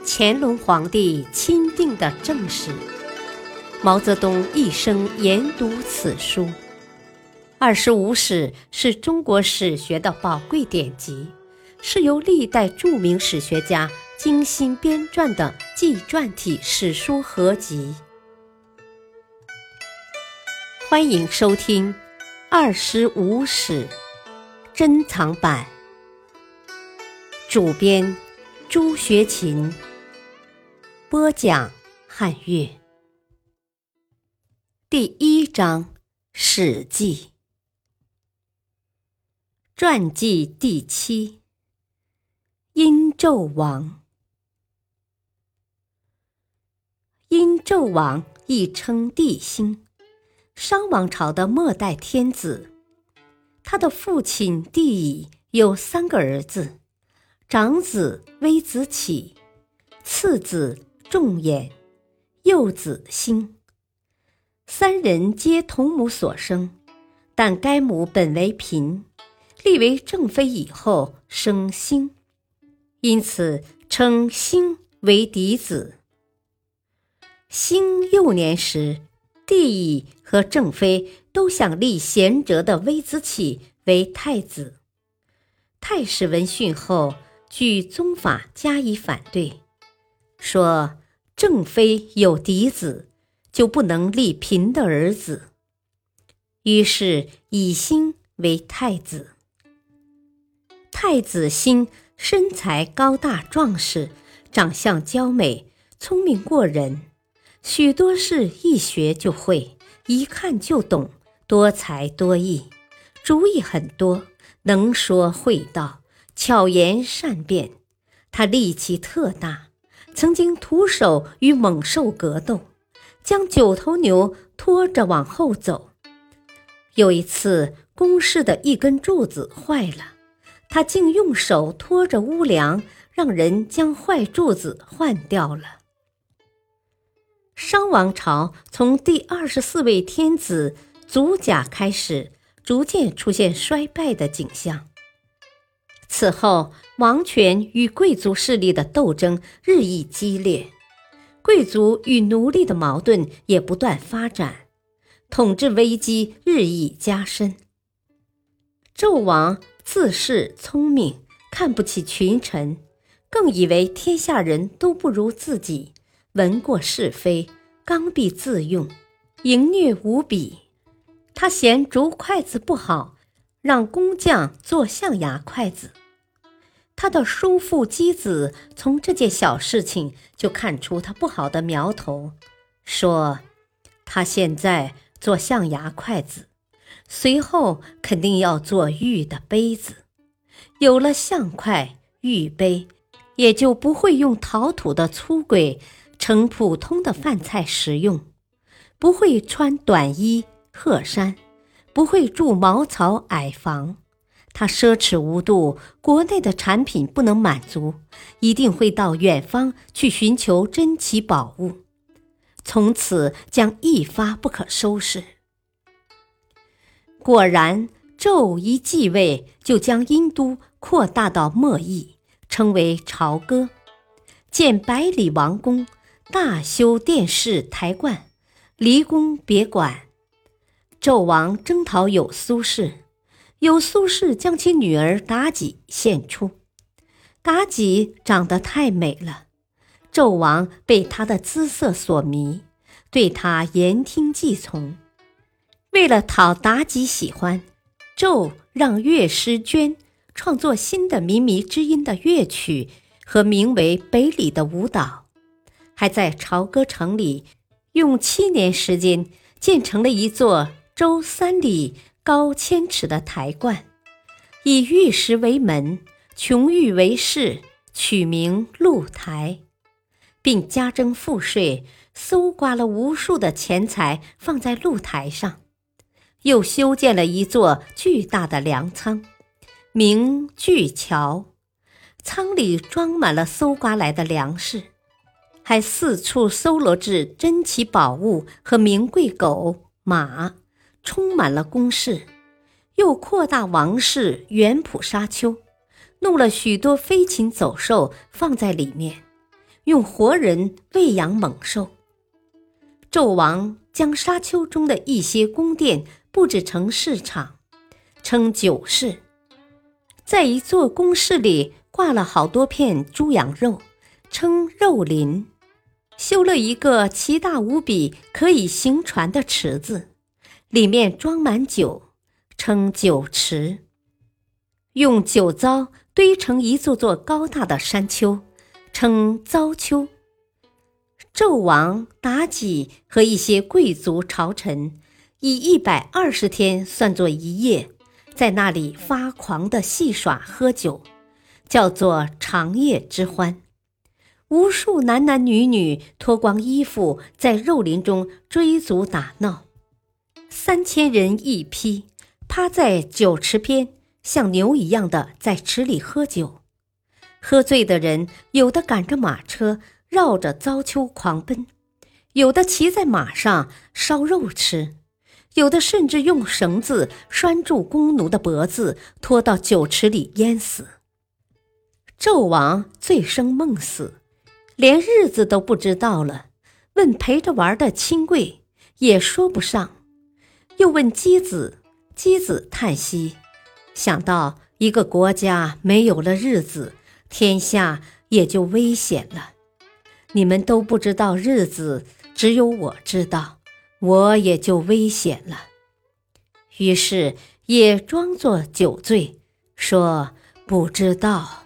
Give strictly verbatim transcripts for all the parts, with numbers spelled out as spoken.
乾隆皇帝钦定的正史，毛泽东一生研读此书。二十五史是中国史学的宝贵典籍，是由历代著名史学家精心编撰的纪传体史书合集。欢迎收听二十五史珍藏版，主编朱学勤，播讲汉乐。第一章，史记传记第七，殷纣王。殷纣王亦称帝辛，商王朝的末代天子。他的父亲帝乙有三个儿子，长子微子启，次子仲衍，幼子辛。三人皆同母所生，但该母本为嫔，立为正妃以后生辛，因此称辛为嫡子。辛幼年时，帝乙和正妃都想立贤哲的微子启为太子。太史闻讯后，据宗法加以反对，说正妃有嫡子，就不能立嫔的儿子，于是以辛为太子。太子辛身材高大壮实，长相娇美，聪明过人，许多事一学就会，一看就懂，多才多艺，主意很多，能说会道，巧言善辩。他力气特大，曾经徒手与猛兽格斗，将九头牛拖着往后走。有一次，宫室的一根柱子坏了，他竟用手拖着屋梁，让人将坏柱子换掉了。商王朝从第二十四位天子祖甲开始，逐渐出现衰败的景象。此后，王权与贵族势力的斗争日益激烈，贵族与奴隶的矛盾也不断发展，统治危机日益加深。纣王自恃聪明，看不起群臣，更以为天下人都不如自己，闻过是非，刚愎自用，淫虐无比。他嫌竹筷子不好，让工匠做象牙筷子。他的叔父箕子从这件小事情就看出他不好的苗头，说他现在做象牙筷子，随后肯定要做玉的杯子，有了象筷、玉杯，也就不会用陶土的粗簋盛普通的饭菜食用，不会穿短衣褐衫，不会住茅草矮房。他奢侈无度，国内的产品不能满足，一定会到远方去寻求珍奇宝物，从此将一发不可收拾。果然，纣一继位就将殷都扩大到莫邑，称为朝歌，建百里王宫，大修殿室台观，离宫别馆。纣王征讨有苏氏，有苏氏将其女儿妲己献出。妲己长得太美了，纣王被她的姿色所迷，对她言听计从。为了讨妲己喜欢，纣让乐师娟创作新的靡靡之音的乐曲和名为北里的舞蹈，还在朝歌城里用七年时间建成了一座周三里、高千尺的台观，以玉石为门，琼玉为饰，取名鹿台，并加征赋税，搜刮了无数的钱财放在鹿台上。又修建了一座巨大的粮仓，名巨桥，仓里装满了搜刮来的粮食，还四处搜罗至珍奇宝物和名贵狗、马，充满了宫室。又扩大王室园圃沙丘，弄了许多飞禽走兽放在里面， 用活人喂养猛兽。纣王将沙丘中的一些宫殿布置成市场，称酒市。在一座宫室里挂了好多片猪羊肉，称肉林。修了一个奇大无比可以行船的池子，里面装满酒，称酒池。用酒糟堆成一座座高大的山丘，称糟丘。纣王、妲己和一些贵族朝臣以一百二十天算作一夜，在那里发狂地戏耍喝酒，叫做长夜之欢。无数男男女女脱光衣服，在肉林中追逐打闹。三千人一批，趴在酒池边，像牛一样的在池里喝酒。喝醉的人有的赶着马车绕着糟丘狂奔，有的骑在马上烧肉吃，有的甚至用绳子拴住弓奴的脖子，拖到酒池里淹死。纣王醉生梦死，连日子都不知道了，问陪着玩的亲贵，也说不上。又问箕子，箕子叹息，想到一个国家没有了日子，天下也就危险了。你们都不知道日子，只有我知道，我也就危险了。于是也装作酒醉，说不知道。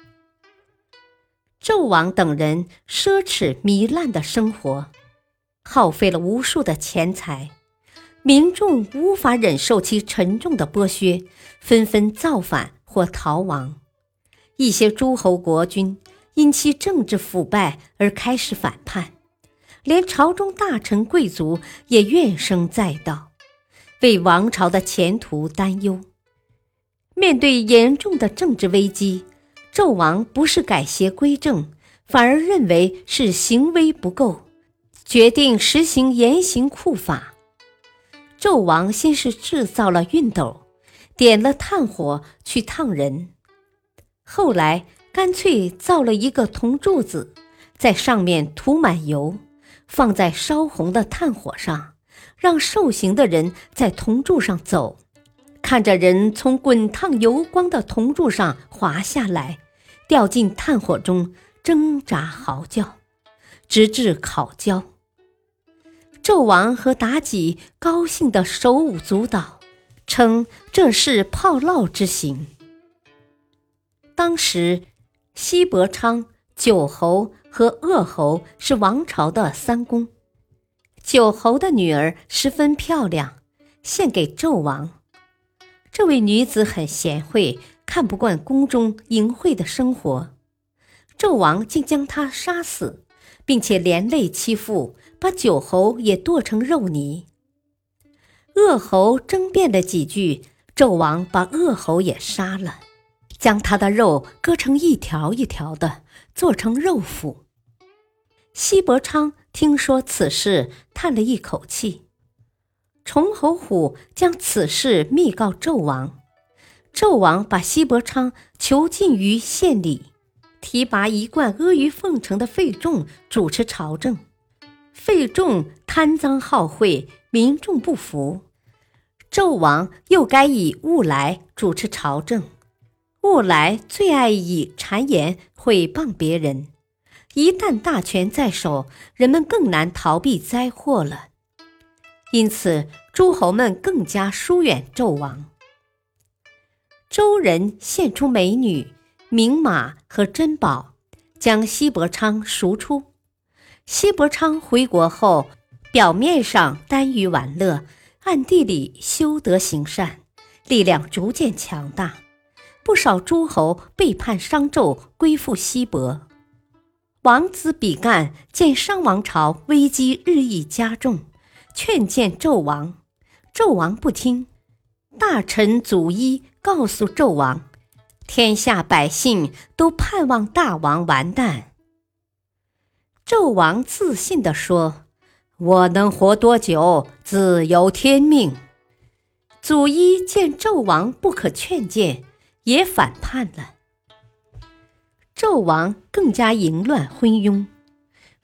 纣王等人奢侈糜烂的生活，耗费了无数的钱财，民众无法忍受其沉重的剥削，纷纷造反或逃亡。一些诸侯国君因其政治腐败而开始反叛，连朝中大臣贵族也怨声载道，为王朝的前途担忧。面对严重的政治危机，纣王不是改邪归正，反而认为是行威不够，决定实行严刑酷法。纣王先是制造了熨斗，点了炭火去烫人，后来干脆造了一个铜柱子，在上面涂满油，放在烧红的炭火上，让受刑的人在铜柱上走，看着人从滚烫油光的铜柱上滑下来，掉进炭火中，挣扎嚎叫，直至烤焦。纣王和妲己高兴地手舞足蹈，称这是炮烙之刑。当时西伯昌、九侯和鄂侯是王朝的三公。九侯的女儿十分漂亮，献给纣王。这位女子很贤惠，看不惯宫中淫秽的生活，纣王竟将她杀死，并且连累欺负，把九侯也剁成肉泥。鄂侯争辩了几句，纣王把鄂侯也杀了，将他的肉割成一条一条的，做成肉脯。西伯昌听说此事，叹了一口气。崇侯虎将此事密告纣王，纣王把西伯昌囚禁于县里，提拔一贯阿谀奉承的费仲主持朝政。费仲贪赃好贿，民众不服，纣王又改以兀来主持朝政。兀来最爱以谗言毁谤别人，一旦大权在手，人们更难逃避灾祸了。因此诸侯们更加疏远纣王。周人献出美女名马和珍宝，将西伯昌赎出。西伯昌回国后，表面上耽于玩乐，暗地里修德行善，力量逐渐强大。不少诸侯背叛商纣，归附西伯。王子比干见商王朝危机日益加重，劝谏纣王，纣王不听。大臣祖伊告诉纣王，天下百姓都盼望大王完蛋。纣王自信地说，我能活多久，自有天命。祖伊见纣王不可劝谏，也反叛了。纣王更加淫乱昏庸，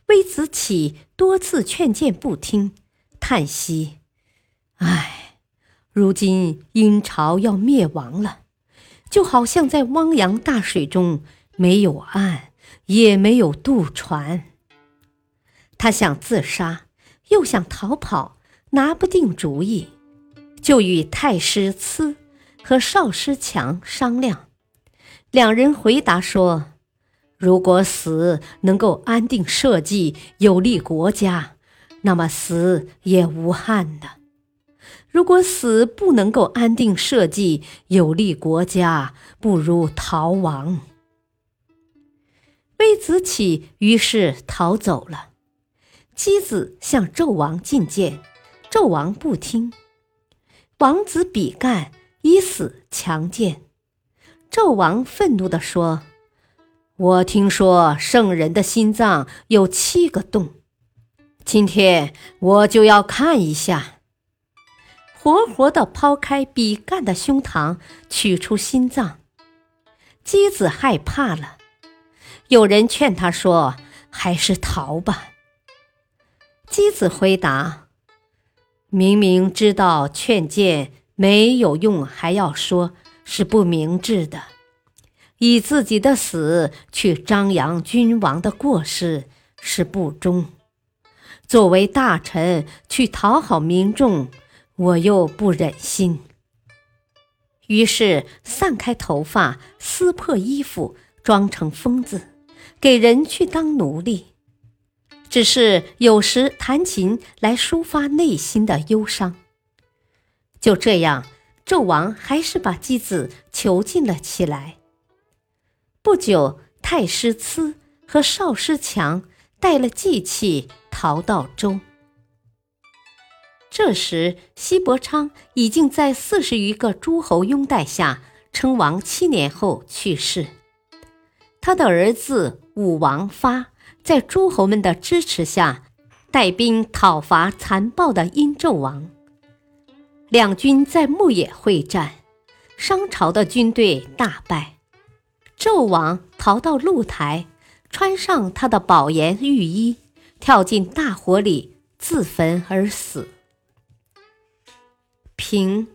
微子启多次劝谏不听，叹息：唉，如今殷朝要灭亡了，就好像在汪洋大水中，没有岸，也没有渡船。他想自杀，又想逃跑，拿不定主意，就与太师慈和少师强商量。两人回答说，如果死能够安定社稷，有利国家，那么死也无憾的；如果死不能够安定社稷，有利国家，不如逃亡。微子启于是逃走了。箕子向纣王进谏，纣王不听。王子比干以死强谏。纣王愤怒地说，我听说圣人的心脏有七个洞，今天我就要看一下。活活地抛开比干的胸膛，取出心脏。箕子害怕了，有人劝他说，还是逃吧。箕子回答，明明知道劝谏没有用，还要说，是不明智的。以自己的死去张扬君王的过失，是不忠。作为大臣去讨好民众，我又不忍心。于是散开头发，撕破衣服，装成疯子，给人去当奴隶。只是有时弹琴来抒发内心的忧伤。就这样，纣王还是把箕子囚禁了起来。不久，太师慈和少师强带了祭器逃到周。这时，西伯昌已经在四十余个诸侯拥戴下称王七年后去世。他的儿子武王发在诸侯们的支持下，带兵讨伐残暴的殷纣王。两军在牧野会战，商朝的军队大败。纣王逃到露台，穿上他的宝岩玉衣，跳进大火里，自焚而死。平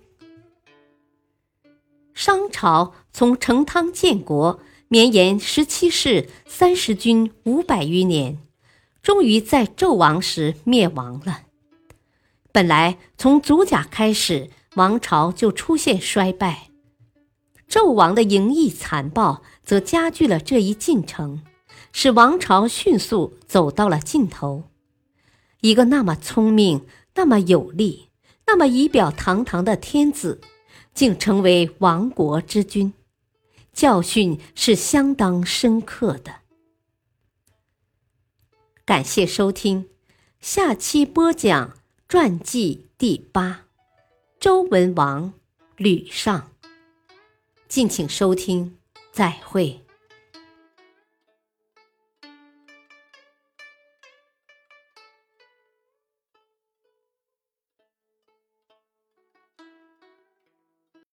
商朝从成汤建国，绵延十七世三十均五百余年，终于在纣王时灭亡了。本来从祖甲开始，王朝就出现衰败。纣王的淫逸残暴则加剧了这一进程，使王朝迅速走到了尽头。一个那么聪明、那么有力、那么仪表堂堂的天子，竟成为亡国之君，教训是相当深刻的。感谢收听，下期播讲传记第八，周文王吕尚。敬请收听，再会。